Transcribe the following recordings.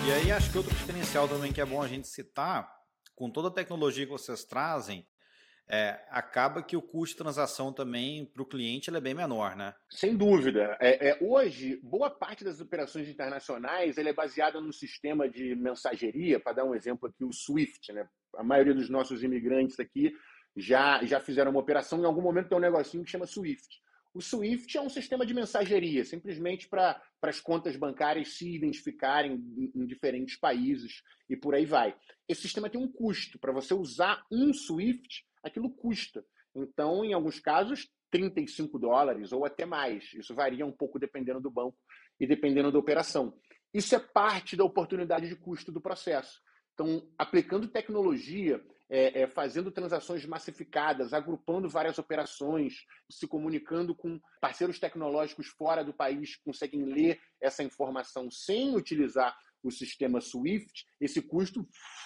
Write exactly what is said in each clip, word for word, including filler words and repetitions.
E aí acho que outro diferencial também que é bom a gente citar, com toda a tecnologia que vocês trazem, é, acaba que o custo de transação também para o cliente ele é bem menor, né? Sem dúvida. É, é, hoje, boa parte das operações internacionais ele é baseada no sistema de mensageria, para dar um exemplo aqui, o SWIFT. Né? A maioria dos nossos imigrantes aqui já, já fizeram uma operação, em algum momento tem um negocinho que chama SWIFT. O SWIFT é um sistema de mensageria, simplesmente para as contas bancárias se identificarem em, em diferentes países e por aí vai. Esse sistema tem um custo. Para você usar um SWIFT, aquilo custa. Então, em alguns casos, trinta e cinco dólares ou até mais. Isso varia um pouco dependendo do banco e dependendo da operação. Isso é parte da oportunidade de custo do processo. Então, aplicando tecnologia, é, é, fazendo transações massificadas, agrupando várias operações, se comunicando com parceiros tecnológicos fora do país que conseguem ler essa informação sem utilizar o sistema SWIFT, esse custo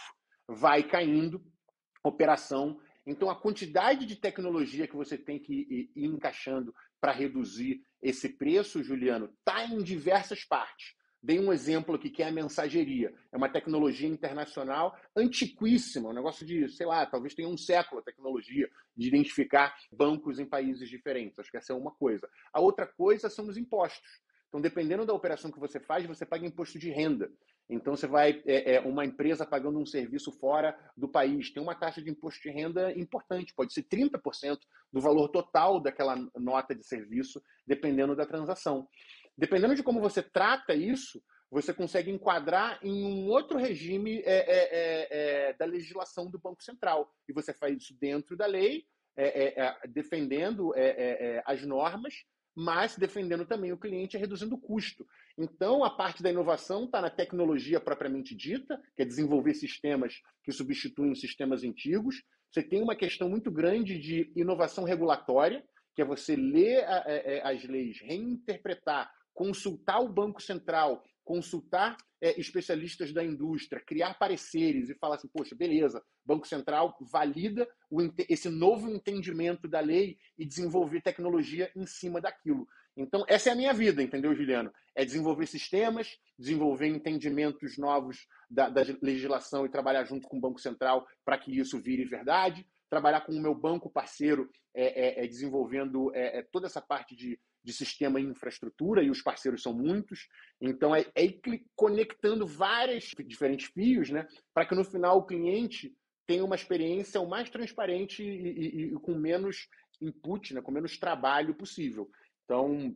vai caindo, operação. Então, a quantidade de tecnologia que você tem que ir, ir encaixando para reduzir esse preço, Juliano, está em diversas partes. Dei um exemplo aqui, que é a mensageria. É uma tecnologia internacional antiquíssima, um negócio de, sei lá, talvez tenha um século a tecnologia de identificar bancos em países diferentes. Acho que essa é uma coisa. A outra coisa são os impostos. Então, dependendo da operação que você faz, você paga imposto de renda. Então, você vai, é, é, uma empresa pagando um serviço fora do país, tem uma taxa de imposto de renda importante, pode ser trinta por cento do valor total daquela nota de serviço, dependendo da transação. Dependendo de como você trata isso, você consegue enquadrar em um outro regime é, é, é, da legislação do Banco Central. E você faz isso dentro da lei, é, é, é, defendendo é, é, as normas, mas defendendo também o cliente e reduzindo o custo. Então, a parte da inovação está na tecnologia propriamente dita, que é desenvolver sistemas que substituem sistemas antigos. Você tem uma questão muito grande de inovação regulatória, que é você ler a, a, as leis, reinterpretar, consultar o Banco Central, consultar é, especialistas da indústria, criar pareceres e falar assim, poxa, beleza, Banco Central valida o, esse novo entendimento da lei e desenvolver tecnologia em cima daquilo. Então, essa é a minha vida, entendeu, Juliano? É desenvolver sistemas, desenvolver entendimentos novos da, da legislação e trabalhar junto com o Banco Central para que isso vire verdade, trabalhar com o meu banco parceiro é, é, é desenvolvendo é, é, toda essa parte de de sistema e infraestrutura, e os parceiros são muitos. Então, é, é ir conectando vários diferentes fios, né, para que no final o cliente tenha uma experiência o mais transparente e, e, e com menos input, né, com menos trabalho possível. Então,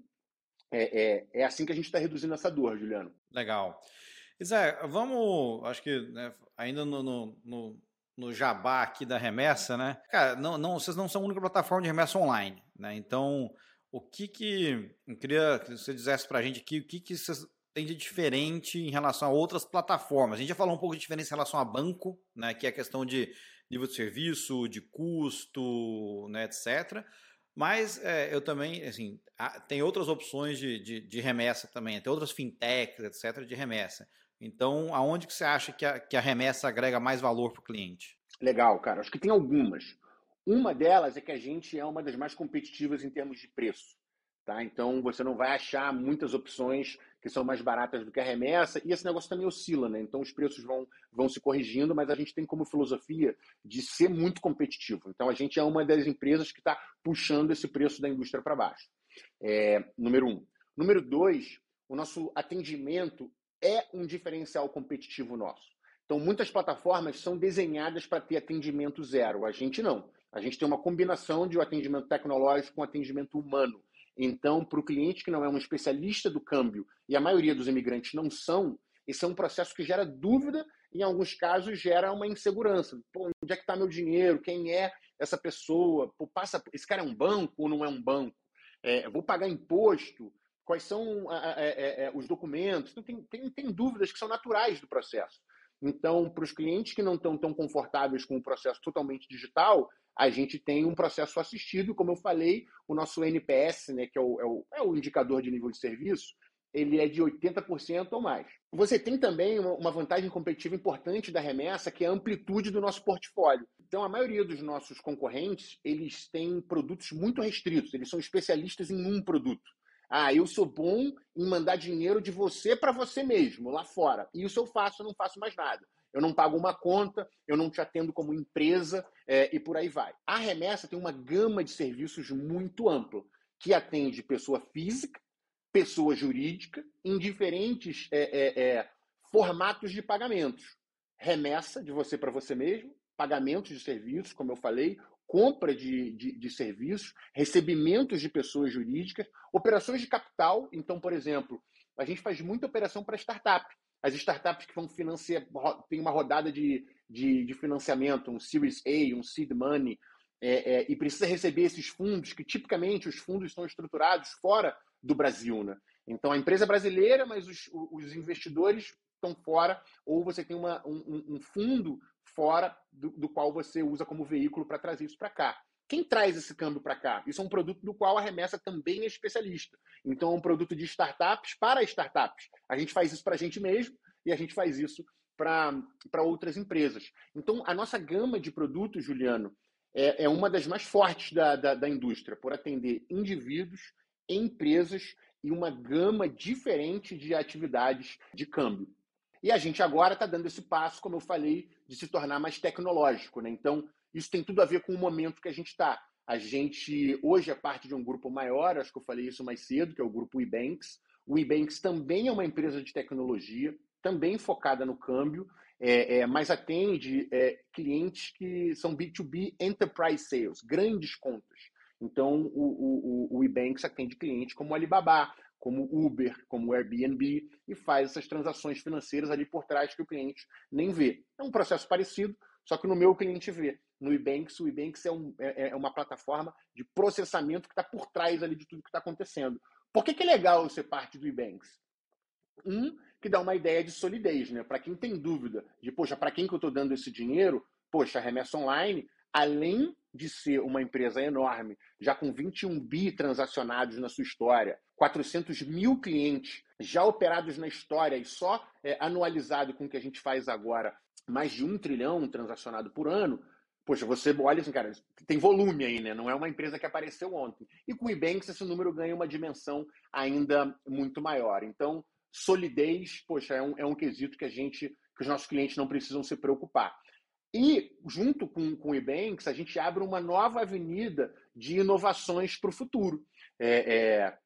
é, é, é assim que a gente está reduzindo essa dor, Juliano. Legal. Zé, vamos, acho que né, ainda no, no, no, no jabá aqui da remessa, né? Cara, não, não, vocês não são a única plataforma de remessa online, né? Então, o que que... Eu queria que você dissesse para a gente aqui o que que vocês têm de diferente em relação a outras plataformas. A gente já falou um pouco de diferença em relação a banco, né? Que é a questão de nível de serviço, de custo, né, etcétera. Mas é, eu também, assim, tem outras opções de, de, de remessa também, tem outras fintechs, etcétera, de remessa. Então, aonde que você acha que a, que a remessa agrega mais valor para o cliente? Legal, cara. Acho que tem algumas. Uma delas é que a gente é uma das mais competitivas em termos de preço. Tá? Então, você não vai achar muitas opções que são mais baratas do que a remessa, e esse negócio também oscila, né? Então, os preços vão, vão se corrigindo, mas a gente tem como filosofia de ser muito competitivo. Então, a gente é uma das empresas que está puxando esse preço da indústria para baixo. É, número um. Número dois, o nosso atendimento é um diferencial competitivo nosso. Então, muitas plataformas são desenhadas para ter atendimento zero. A gente não. A gente tem uma combinação de um atendimento tecnológico com atendimento humano. Então, para o cliente que não é um especialista do câmbio, e a maioria dos imigrantes não são, esse é um processo que gera dúvida e, em alguns casos, gera uma insegurança. Pô, onde é que está meu dinheiro? Quem é essa pessoa? Pô, passa, esse cara é um banco ou não é um banco? É, vou pagar imposto? Quais são é, é, é, os documentos? Então, tem, tem, tem dúvidas que são naturais do processo. Então, para os clientes que não estão tão confortáveis com o processo totalmente digital, a gente tem um processo assistido, como eu falei, o nosso N P S, né, que é o, é, o, é o indicador de nível de serviço, ele é de oitenta por cento ou mais. Você tem também uma vantagem competitiva importante da remessa, que é a amplitude do nosso portfólio. Então, a maioria dos nossos concorrentes, eles têm produtos muito restritos, eles são especialistas em um produto. Ah, eu sou bom em mandar dinheiro de você para você mesmo, lá fora. Isso eu faço, eu não faço mais nada. Eu não pago uma conta, eu não te atendo como empresa é, e por aí vai. A remessa tem uma gama de serviços muito ampla, que atende pessoa física, pessoa jurídica, em diferentes é, é, é, formatos de pagamentos. Remessa de você para você mesmo, pagamentos de serviços, como eu falei, compra de, de, de serviços, recebimentos de pessoas jurídicas, operações de capital. Então, por exemplo, a gente faz muita operação para startup. As startups que vão financiar, tem uma rodada de, de, de financiamento, um Series A, um Seed Money, é, é, e precisa receber esses fundos, que tipicamente os fundos estão estruturados fora do Brasil, né? Então, a empresa é brasileira, mas os, os investidores estão fora, ou você tem uma, um, um fundo fora do, do qual você usa como veículo para trazer isso para cá. Quem traz esse câmbio para cá? Isso é um produto do qual a remessa também é especialista. Então, é um produto de startups para startups. A gente faz isso para a gente mesmo e a gente faz isso para outras empresas. Então, a nossa gama de produtos, Juliano, é, é uma das mais fortes da, da, da indústria, por atender indivíduos, empresas e uma gama diferente de atividades de câmbio. E a gente agora está dando esse passo, como eu falei, de se tornar mais tecnológico, né? Então, isso tem tudo a ver com o momento que a gente está. A gente, hoje, é parte de um grupo maior, acho que eu falei isso mais cedo, que é o grupo eBanks. O eBanks também é uma empresa de tecnologia, também focada no câmbio, é, é, mas atende é, clientes que são B dois B Enterprise Sales, grandes contas. Então, o, o, o eBanks atende clientes como o Alibaba, como Uber, como Airbnb, e faz essas transações financeiras ali por trás que o cliente nem vê. É um processo parecido, só que no meu cliente vê. No eBanks, o eBanks é, um, é, é uma plataforma de processamento que está por trás ali de tudo que está acontecendo. Por que, que é legal ser parte do eBanks? Um, que dá uma ideia de solidez, né? Para quem tem dúvida de, poxa, para quem que eu estou dando esse dinheiro? Poxa, a Remessa Online, além de ser uma empresa enorme, já com vinte e um bi transacionados na sua história, quatrocentos mil clientes já operados na história e só é, anualizado com o que a gente faz agora, mais de um trilhão transacionado por ano, poxa, você olha assim, cara, tem volume aí, né? Não é uma empresa que apareceu ontem. E com o eBanks esse número ganha uma dimensão ainda muito maior. Então, solidez, poxa, é um, é um quesito que a gente, que os nossos clientes não precisam se preocupar. E, junto com, com o eBanks, a gente abre uma nova avenida de inovações para o futuro. É, é,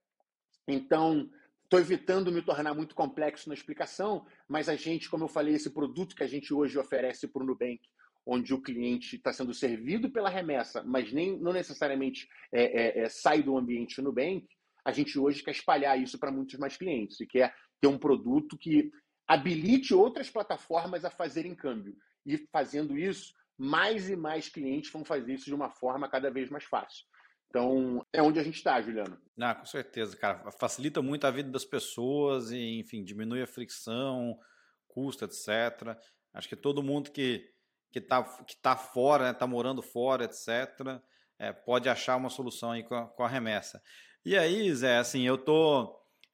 então, estou evitando me tornar muito complexo na explicação, mas a gente, como eu falei, esse produto que a gente hoje oferece para o Nubank, onde o cliente está sendo servido pela remessa, mas nem, não necessariamente é, é, é, sai do ambiente Nubank, a gente hoje quer espalhar isso para muitos mais clientes e quer ter um produto que habilite outras plataformas a fazerem câmbio. E fazendo isso, mais e mais clientes vão fazer isso de uma forma cada vez mais fácil. Então, é onde a gente está, Juliano. Ah, com certeza, cara. Facilita muito a vida das pessoas e, enfim, diminui a fricção, custo, etcétera. Acho que todo mundo que que tá, que tá fora, né, tá morando fora, etcétera, é, pode achar uma solução aí com a, com a remessa. E aí, Zé, assim, eu tô...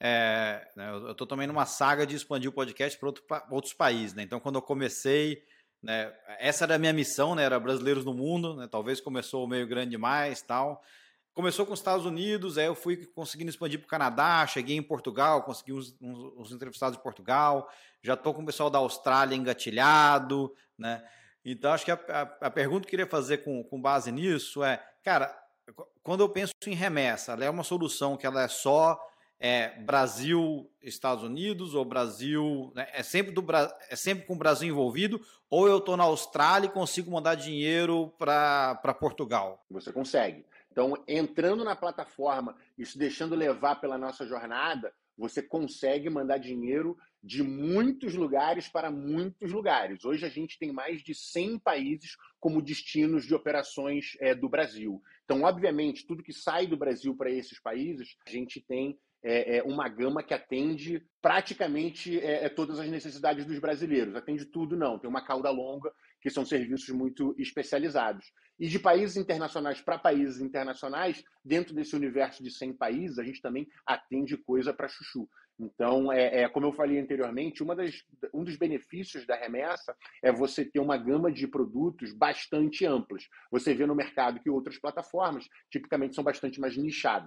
É, né, eu tô também numa saga de expandir o podcast para outro, outros países, né? Então, quando eu comecei, né, essa era a minha missão, né? Era brasileiros no mundo, né? Talvez começou meio grande demais, tal. Começou com os Estados Unidos, aí eu fui conseguindo expandir para o Canadá, cheguei em Portugal, consegui uns, uns, uns entrevistados de Portugal, já estou com o pessoal da Austrália engatilhado, né? Então, acho que a, a, a pergunta que eu queria fazer com, com base nisso é, cara, quando eu penso em remessa, ela é uma solução que ela é só é, Brasil, Estados Unidos, ou Brasil, né? é, sempre do, é sempre com o Brasil envolvido, ou eu estou na Austrália e consigo mandar dinheiro para Portugal? Você consegue. Então, entrando na plataforma e se deixando levar pela nossa jornada, você consegue mandar dinheiro de muitos lugares para muitos lugares. Hoje a gente tem mais de cem países como destinos de operações é, do Brasil. Então, obviamente, tudo que sai do Brasil para esses países, a gente tem é, é uma gama que atende praticamente é, todas as necessidades dos brasileiros. Atende tudo, não. Tem uma cauda longa, que são serviços muito especializados. E de países internacionais para países internacionais, dentro desse universo de cem países, a gente também atende coisa para chuchu. Então, é, é, como eu falei anteriormente, uma das, um dos benefícios da remessa é você ter uma gama de produtos bastante amplos. Você vê no mercado que outras plataformas, tipicamente, são bastante mais nichadas.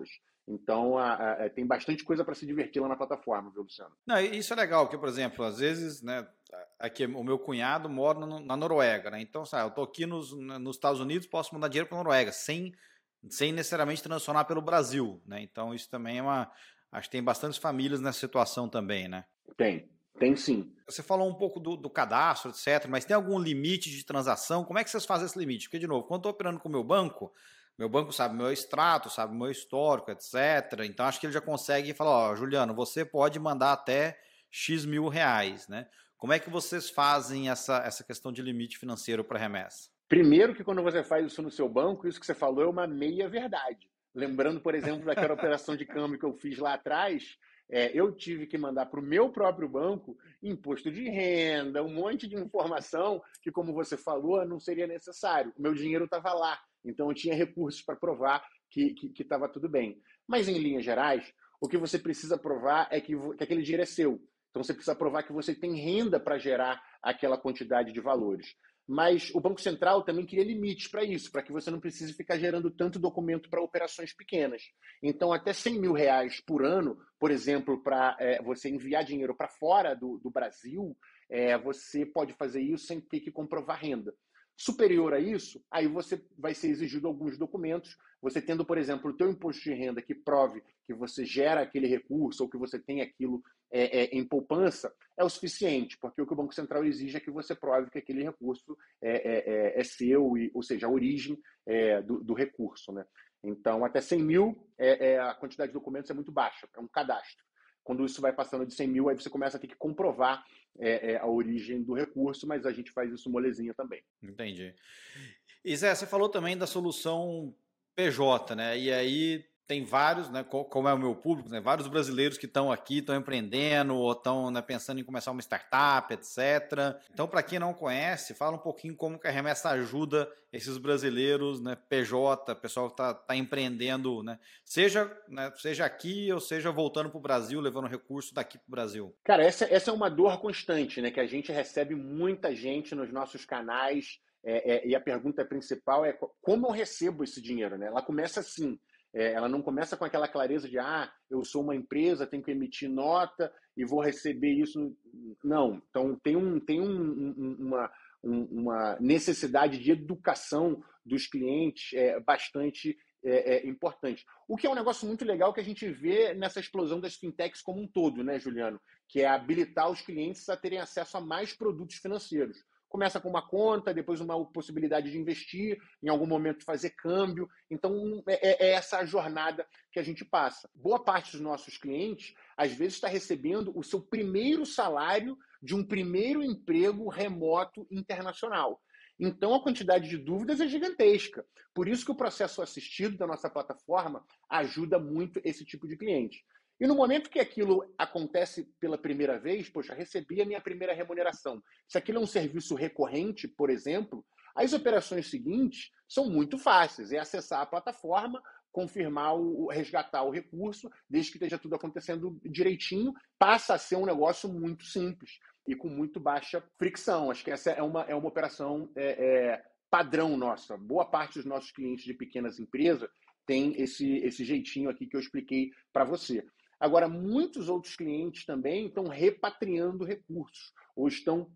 Então, a, a, tem bastante coisa para se divertir lá na plataforma, viu, Luciano? Não, isso é legal, porque, por exemplo, às vezes, né, aqui o meu cunhado mora no, na Noruega, né? Então, sabe, eu tô aqui nos, nos Estados Unidos, posso mandar dinheiro para a Noruega, sem, sem necessariamente transacionar pelo Brasil, né? Então, isso também é uma... Acho que tem bastantes famílias nessa situação também, né? Tem, tem sim. Você falou um pouco do, do cadastro, etcétera, mas tem algum limite de transação? Como é que vocês fazem esse limite? Porque, de novo, quando eu estou operando com o meu banco, meu banco sabe meu extrato, sabe meu histórico, etcétera. Então, acho que ele já consegue falar, ó, Juliano, você pode mandar até X mil reais, né? Como é que vocês fazem essa, essa questão de limite financeiro para remessa? Primeiro que quando você faz isso no seu banco, isso que você falou é uma meia-verdade. Lembrando, por exemplo, daquela operação de câmbio que eu fiz lá atrás, é, eu tive que mandar para o meu próprio banco imposto de renda, um monte de informação que, como você falou, não seria necessário. O meu dinheiro estava lá, então eu tinha recursos para provar que estava tudo bem. Mas, em linhas gerais, o que você precisa provar é que, que aquele dinheiro é seu. Então, você precisa provar que você tem renda para gerar aquela quantidade de valores. Mas o Banco Central também cria limites para isso, para que você não precise ficar gerando tanto documento para operações pequenas. Então, até cem mil reais por ano, por exemplo, para é, você enviar dinheiro para fora do, do Brasil, é, você pode fazer isso sem ter que comprovar renda. Superior a isso, aí você vai ser exigido alguns documentos. Você tendo, por exemplo, o teu imposto de renda que prove que você gera aquele recurso ou que você tem aquilo é, é, em poupança, é o suficiente, porque o que o Banco Central exige é que você prove que aquele recurso é, é, é seu, e, ou seja, a origem é, do, do recurso, né? Então, até cem mil, é, é, a quantidade de documentos é muito baixa, é um cadastro. Quando isso vai passando de cem mil, aí você começa a ter que comprovar é, é, a origem do recurso, mas a gente faz isso molezinha também. Entendi. E Zé, você falou também da solução P J, né? E aí tem vários, né? Como é o meu público, né? Vários brasileiros que estão aqui, estão empreendendo ou estão, né, pensando em começar uma startup, etcétera. Então, para quem não conhece, fala um pouquinho como que a Remessa ajuda esses brasileiros, né? P J, pessoal que está tá empreendendo, né? Seja, né, seja aqui ou seja voltando para o Brasil, levando recurso daqui para o Brasil. Cara, essa, essa é uma dor constante, né? Que a gente recebe muita gente nos nossos canais. É, é, e a pergunta principal é como eu recebo esse dinheiro, né? Ela começa assim, é, ela não começa com aquela clareza de ah, eu sou uma empresa, tenho que emitir nota e vou receber isso. Não, então tem, um, tem um, um, uma, um, uma necessidade de educação dos clientes é, bastante é, é, importante. O que é um negócio muito legal que a gente vê nessa explosão das fintechs como um todo, né, Juliano? Que é habilitar os clientes a terem acesso a mais produtos financeiros. Começa com uma conta, depois uma possibilidade de investir, em algum momento fazer câmbio. Então, é, é essa a jornada que a gente passa. Boa parte dos nossos clientes, às vezes, está recebendo o seu primeiro salário de um primeiro emprego remoto internacional. Então, a quantidade de dúvidas é gigantesca. Por isso que o processo assistido da nossa plataforma ajuda muito esse tipo de cliente. E no momento que aquilo acontece pela primeira vez, poxa, recebi a minha primeira remuneração. Se aquilo é um serviço recorrente, por exemplo, as operações seguintes são muito fáceis. É acessar a plataforma, confirmar, o, resgatar o recurso, desde que esteja tudo acontecendo direitinho, passa a ser um negócio muito simples e com muito baixa fricção. Acho que essa é uma, é uma operação é, é, padrão nossa. Boa parte dos nossos clientes de pequenas empresas tem esse, esse jeitinho aqui que eu expliquei para você. Agora, muitos outros clientes também estão repatriando recursos ou estão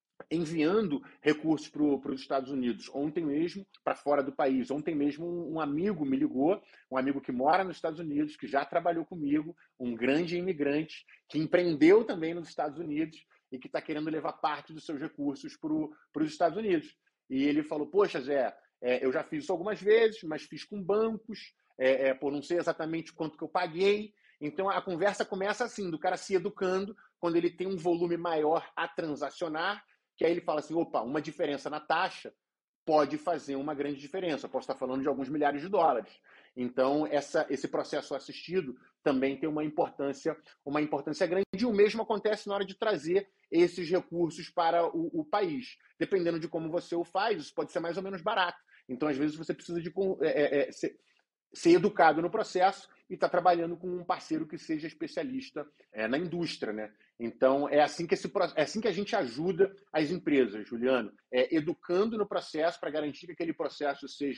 enviando recursos para os Estados Unidos. Ontem mesmo, para fora do país. Ontem mesmo, um amigo me ligou, um amigo que mora nos Estados Unidos, que já trabalhou comigo, um grande imigrante, que empreendeu também nos Estados Unidos e que está querendo levar parte dos seus recursos para os Estados Unidos. E ele falou, poxa, Zé, é, eu já fiz isso algumas vezes, mas fiz com bancos, é, é, por não sei exatamente quanto que eu paguei. Então, a conversa começa assim, do cara se educando, quando ele tem um volume maior a transacionar, que aí ele fala assim, opa, uma diferença na taxa pode fazer uma grande diferença. Eu posso estar falando de alguns milhares de dólares. Então, essa, esse processo assistido também tem uma importância, uma importância grande. E o mesmo acontece na hora de trazer esses recursos para o, o país. Dependendo de como você o faz, isso pode ser mais ou menos barato. Então, às vezes, você precisa de é, é, ser, ser educado no processo e estar trabalhando com um parceiro que seja especialista é, na indústria, né? Então, é assim, que esse, é assim que a gente ajuda as empresas, Juliano, é, educando no processo para garantir que aquele processo seja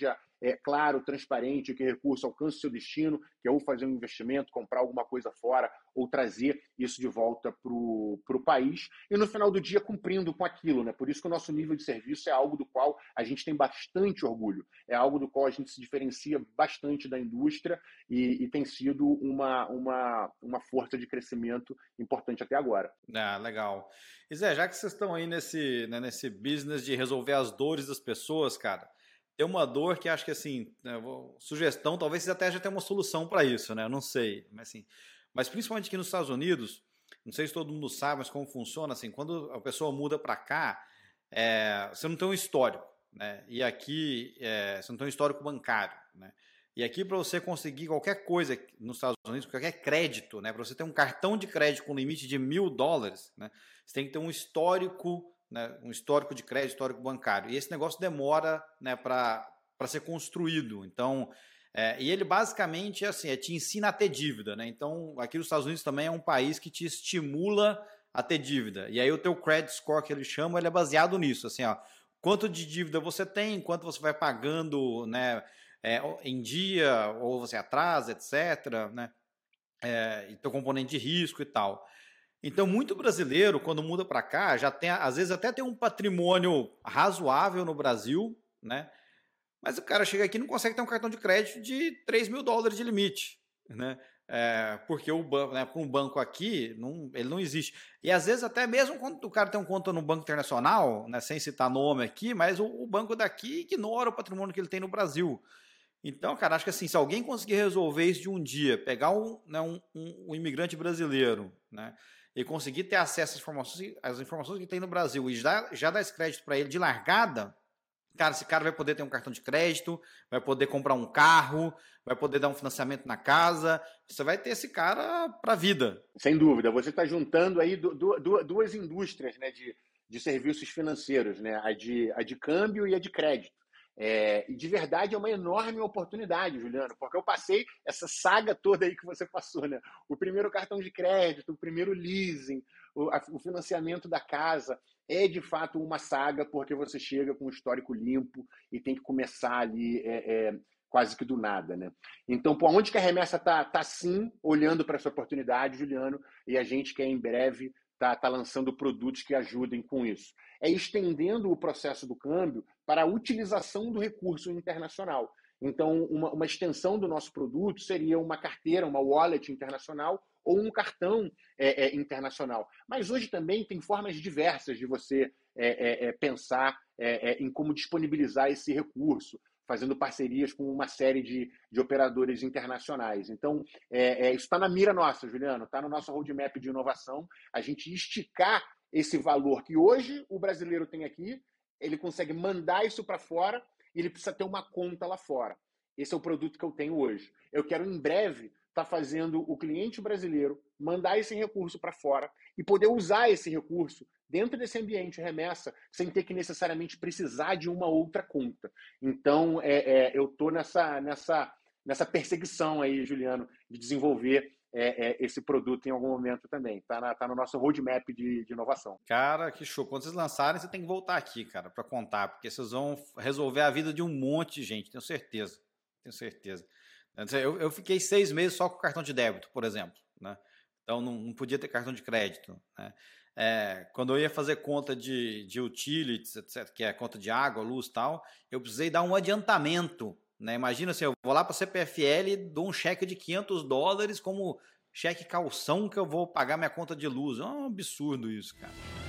é, claro, transparente, que o recurso alcance seu destino, que é ou fazer um investimento, comprar alguma coisa fora, ou trazer isso de volta para o país, e no final do dia cumprindo com aquilo, né? Por isso que o nosso nível de serviço é algo do qual a gente tem bastante orgulho, é algo do qual a gente se diferencia bastante da indústria e, e tem sido uma, uma, uma força de crescimento importante até agora. Ah, legal. E Zé, já que vocês estão aí nesse, né, nesse business de resolver as dores das pessoas, cara, tem uma dor que acho que assim, né, vou, sugestão, talvez vocês até já tenham uma solução para isso, né? Eu não sei, mas assim, mas principalmente aqui nos Estados Unidos, não sei se todo mundo sabe, mas como funciona, assim, quando a pessoa muda para cá, é, você não tem um histórico, né? E aqui é, você não tem um histórico bancário, né? E aqui para você conseguir qualquer coisa nos Estados Unidos, qualquer crédito, né? Para você ter um cartão de crédito com limite de mil dólares, né? Você tem que ter um histórico, né? Um histórico de crédito, histórico bancário. E esse negócio demora, né? Para para ser construído. Então É, e ele basicamente assim, é, te ensina a ter dívida, né? Então, aqui nos Estados Unidos também é um país que te estimula a ter dívida. E aí o teu credit score que eles chamam, ele é baseado nisso, assim, ó, quanto de dívida você tem, quanto você vai pagando, né, é, em dia, ou você atrasa, etcétera, né? É, e teu componente de risco e tal. Então, muito brasileiro, quando muda para cá, já tem, às vezes até tem um patrimônio razoável no Brasil, né? Mas o cara chega aqui e não consegue ter um cartão de crédito de três mil dólares de limite, né? É, porque o banco, né, um banco aqui, não, ele não existe. E às vezes até mesmo quando o cara tem um conta no Banco Internacional, né, sem citar nome aqui, mas o, o banco daqui ignora o patrimônio que ele tem no Brasil. Então, cara, acho que assim, se alguém conseguir resolver isso de um dia, pegar um, né, um, um, um imigrante brasileiro, né, e conseguir ter acesso às informações, às informações que tem no Brasil e já, já dar esse crédito para ele de largada, cara, esse cara vai poder ter um cartão de crédito, vai poder comprar um carro, vai poder dar um financiamento na casa. Você vai ter esse cara para a vida. Sem dúvida. Você está juntando aí du du duas indústrias, né, de, de serviços financeiros, né, a de, a de câmbio e a de crédito. É, e de verdade é uma enorme oportunidade, Juliano, porque eu passei essa saga toda aí que você passou, né? O primeiro cartão de crédito, o primeiro leasing, o, a, o financiamento da casa, é de fato uma saga, porque você chega com um histórico limpo e tem que começar ali é, é, quase que do nada, né? Então, por onde que a remessa está? Tá sim olhando para essa oportunidade, Juliano, e a gente quer em breve tá, tá lançando produtos que ajudem com isso. É estendendo o processo do câmbio para a utilização do recurso internacional. Então, uma, uma extensão do nosso produto seria uma carteira, uma wallet internacional ou um cartão é, é, internacional. Mas hoje também tem formas diversas de você é, é, pensar é, é, em como disponibilizar esse recurso, fazendo parcerias com uma série de, de operadores internacionais. Então, é, é, isso está na mira nossa, Juliano, está no nosso roadmap de inovação, a gente esticar esse valor que hoje o brasileiro tem aqui, ele consegue mandar isso para fora e ele precisa ter uma conta lá fora. Esse é o produto que eu tenho hoje. Eu quero, em breve, estar tá fazendo o cliente brasileiro mandar esse recurso para fora e poder usar esse recurso dentro desse ambiente remessa sem ter que necessariamente precisar de uma outra conta. Então, é, é, eu estou nessa, nessa, nessa perseguição aí, Juliano, de desenvolver é, é, esse produto em algum momento também. Está na, tá no nosso roadmap de, de inovação. Cara, que show. Quando vocês lançarem, você tem que voltar aqui, cara, para contar, porque vocês vão resolver a vida de um monte de gente, tenho certeza. Tenho certeza. Eu, eu fiquei seis meses só com cartão de débito, por exemplo, né? Então não, não podia ter cartão de crédito, né? É, quando eu ia fazer conta de, de utilities, etcétera, que é conta de água, luz e tal, eu precisei dar um adiantamento, né? Imagina assim, eu vou lá para a C P F L e dou um cheque de quinhentos dólares como cheque calção que eu vou pagar minha conta de luz. É um absurdo isso, cara.